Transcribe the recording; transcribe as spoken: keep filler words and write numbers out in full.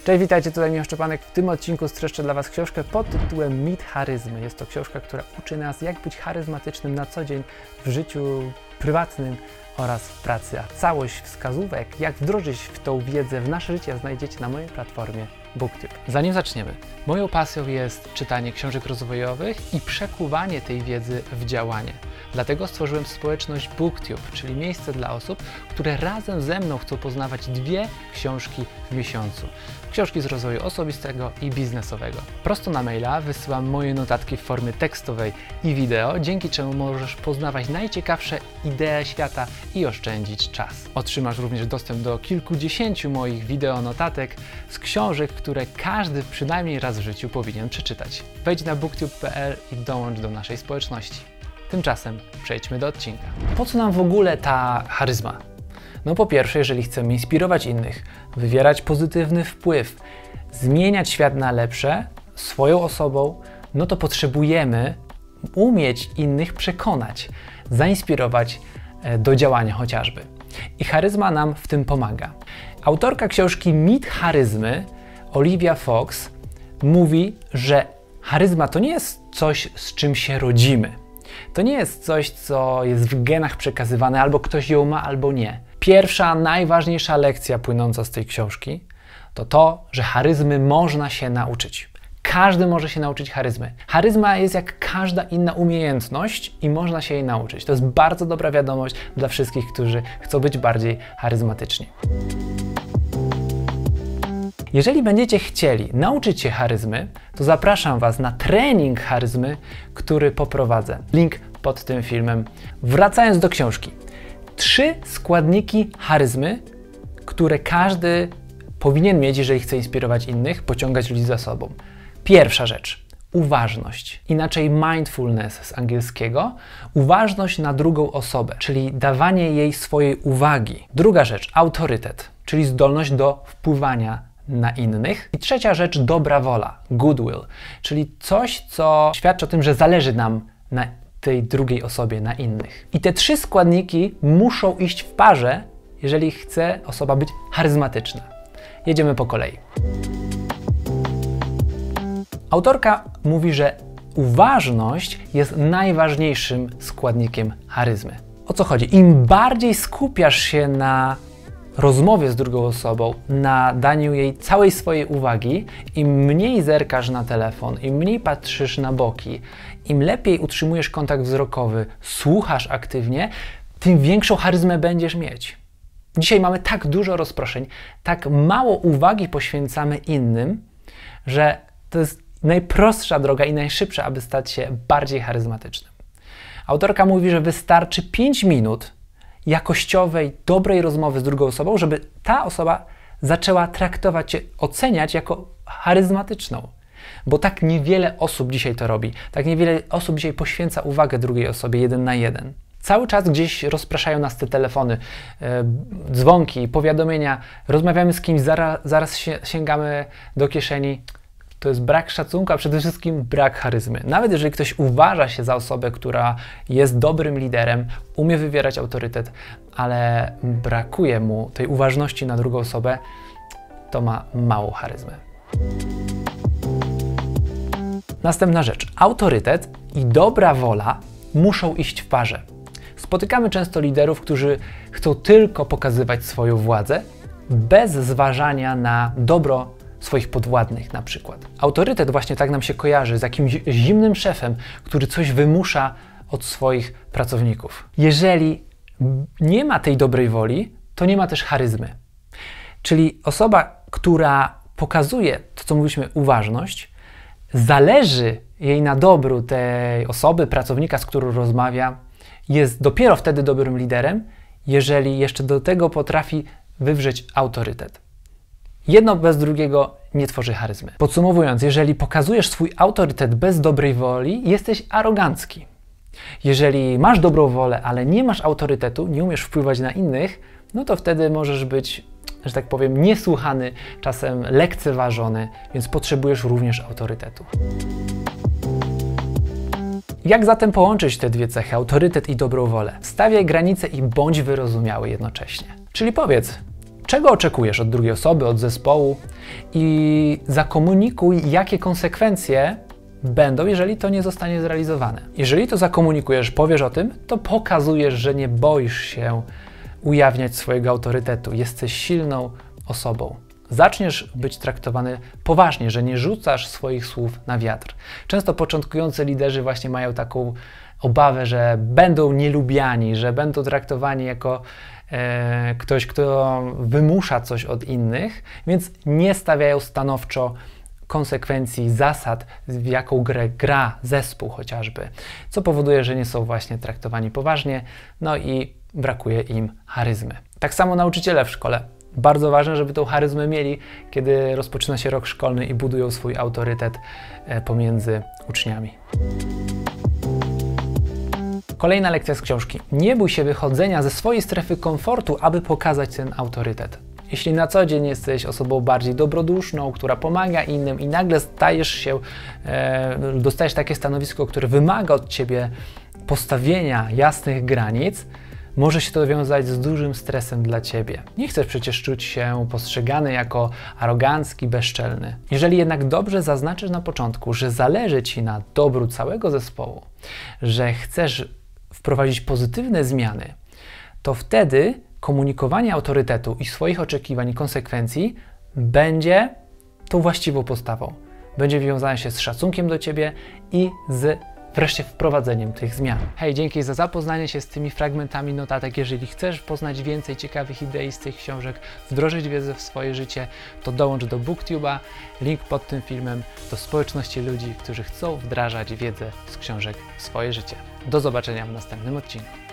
Cześć, witajcie, tutaj Michał Szczepanek. W tym odcinku streszczę dla Was książkę pod tytułem Mit charyzmy. Jest to książka, która uczy nas, jak być charyzmatycznym na co dzień w życiu prywatnym oraz w pracy. A całość wskazówek, jak wdrożyć w tą wiedzę w nasze życie, znajdziecie na mojej platformie BookTube. Zanim zaczniemy, moją pasją jest czytanie książek rozwojowych i przekuwanie tej wiedzy w działanie. Dlatego stworzyłem społeczność BookTube, czyli miejsce dla osób, które razem ze mną chcą poznawać dwie książki w miesiącu. Książki z rozwoju osobistego i biznesowego. Prosto na maila wysyłam moje notatki w formie tekstowej i wideo, dzięki czemu możesz poznawać najciekawsze idee świata i oszczędzić czas. Otrzymasz również dostęp do kilkudziesięciu moich wideo notatek z książek, które każdy przynajmniej raz w życiu powinien przeczytać. Wejdź na booktube kropka p l i dołącz do naszej społeczności. Tymczasem przejdźmy do odcinka. Po co nam w ogóle ta charyzma? No po pierwsze, jeżeli chcemy inspirować innych, wywierać pozytywny wpływ, zmieniać świat na lepsze swoją osobą, no to potrzebujemy umieć innych przekonać, zainspirować do działania chociażby. I charyzma nam w tym pomaga. Autorka książki Mit charyzmy, Olivia Fox, mówi, że charyzma to nie jest coś, z czym się rodzimy. To nie jest coś, co jest w genach przekazywane, albo ktoś ją ma, albo nie. Pierwsza, najważniejsza lekcja płynąca z tej książki to to, że charyzmy można się nauczyć. Każdy może się nauczyć charyzmy. Charyzma jest jak każda inna umiejętność i można się jej nauczyć. To jest bardzo dobra wiadomość dla wszystkich, którzy chcą być bardziej charyzmatyczni. Jeżeli będziecie chcieli nauczyć się charyzmy, to zapraszam Was na trening charyzmy, który poprowadzę. Link pod tym filmem. Wracając do książki. Trzy składniki charyzmy, które każdy powinien mieć, jeżeli chce inspirować innych, pociągać ludzi za sobą. Pierwsza rzecz. Uważność. Inaczej mindfulness z angielskiego. Uważność na drugą osobę, czyli dawanie jej swojej uwagi. Druga rzecz. Autorytet, czyli zdolność do wpływania na innych. I trzecia rzecz, dobra wola, goodwill, czyli coś, co świadczy o tym, że zależy nam na tej drugiej osobie, na innych. I te trzy składniki muszą iść w parze, jeżeli chce osoba być charyzmatyczna. Jedziemy po kolei. Autorka mówi, że uważność jest najważniejszym składnikiem charyzmy. O co chodzi? Im bardziej skupiasz się na rozmowie z drugą osobą, na daniu jej całej swojej uwagi, im mniej zerkasz na telefon, im mniej patrzysz na boki, im lepiej utrzymujesz kontakt wzrokowy, słuchasz aktywnie, tym większą charyzmę będziesz mieć. Dzisiaj mamy tak dużo rozproszeń, tak mało uwagi poświęcamy innym, że to jest najprostsza droga i najszybsza, aby stać się bardziej charyzmatycznym. Autorka mówi, że wystarczy pięć minut jakościowej, dobrej rozmowy z drugą osobą, żeby ta osoba zaczęła traktować Cię, oceniać jako charyzmatyczną. Bo tak niewiele osób dzisiaj to robi. Tak niewiele osób dzisiaj poświęca uwagę drugiej osobie jeden na jeden. Cały czas gdzieś rozpraszają nas te telefony, yy, dzwonki, powiadomienia, rozmawiamy z kimś, zaraz, zaraz sięgamy do kieszeni. To jest brak szacunku, a przede wszystkim brak charyzmy. Nawet jeżeli ktoś uważa się za osobę, która jest dobrym liderem, umie wywierać autorytet, ale brakuje mu tej uważności na drugą osobę, to ma małą charyzmę. Następna rzecz. Autorytet i dobra wola muszą iść w parze. Spotykamy często liderów, którzy chcą tylko pokazywać swoją władzę, bez zważania na dobro swoich podwładnych na przykład. Autorytet właśnie tak nam się kojarzy z jakimś zimnym szefem, który coś wymusza od swoich pracowników. Jeżeli nie ma tej dobrej woli, to nie ma też charyzmy. Czyli osoba, która pokazuje to, co mówiliśmy, uważność, zależy jej na dobru tej osoby, pracownika, z którą rozmawia, jest dopiero wtedy dobrym liderem, jeżeli jeszcze do tego potrafi wywrzeć autorytet. Jedno bez drugiego nie tworzy charyzmy. Podsumowując, jeżeli pokazujesz swój autorytet bez dobrej woli, jesteś arogancki. Jeżeli masz dobrą wolę, ale nie masz autorytetu, nie umiesz wpływać na innych, no to wtedy możesz być, że tak powiem, niesłuchany, czasem lekceważony, więc potrzebujesz również autorytetu. Jak zatem połączyć te dwie cechy, autorytet i dobrą wolę? Stawiaj granice i bądź wyrozumiały jednocześnie. Czyli powiedz, czego oczekujesz od drugiej osoby, od zespołu i zakomunikuj, jakie konsekwencje będą, jeżeli to nie zostanie zrealizowane. Jeżeli to zakomunikujesz, powiesz o tym, to pokazujesz, że nie boisz się ujawniać swojego autorytetu. Jesteś silną osobą. Zaczniesz być traktowany poważnie, że nie rzucasz swoich słów na wiatr. Często początkujący liderzy właśnie mają taką obawę, że będą nielubiani, że będą traktowani jako e, ktoś, kto wymusza coś od innych, więc nie stawiają stanowczo konsekwencji, zasad, w jaką grę gra zespół chociażby, co powoduje, że nie są właśnie traktowani poważnie, no i brakuje im charyzmy. Tak samo nauczyciele w szkole. Bardzo ważne, żeby tą charyzmę mieli, kiedy rozpoczyna się rok szkolny i budują swój autorytet pomiędzy uczniami. Kolejna lekcja z książki. Nie bój się wychodzenia ze swojej strefy komfortu, aby pokazać ten autorytet. Jeśli na co dzień jesteś osobą bardziej dobroduszną, która pomaga innym i nagle stajesz się, e, dostajesz takie stanowisko, które wymaga od ciebie postawienia jasnych granic, może się to wiązać z dużym stresem dla ciebie. Nie chcesz przecież czuć się postrzegany jako arogancki, bezczelny. Jeżeli jednak dobrze zaznaczysz na początku, że zależy ci na dobru całego zespołu, że chcesz wprowadzić pozytywne zmiany, to wtedy komunikowanie autorytetu i swoich oczekiwań i konsekwencji będzie tą właściwą postawą. Będzie wiązane się z szacunkiem do ciebie i z wreszcie wprowadzeniem tych zmian. Hej, dzięki za zapoznanie się z tymi fragmentami notatek. Jeżeli chcesz poznać więcej ciekawych idei z tych książek, wdrożyć wiedzę w swoje życie, to dołącz do BookTube'a, link pod tym filmem, do społeczności ludzi, którzy chcą wdrażać wiedzę z książek w swoje życie. Do zobaczenia w następnym odcinku.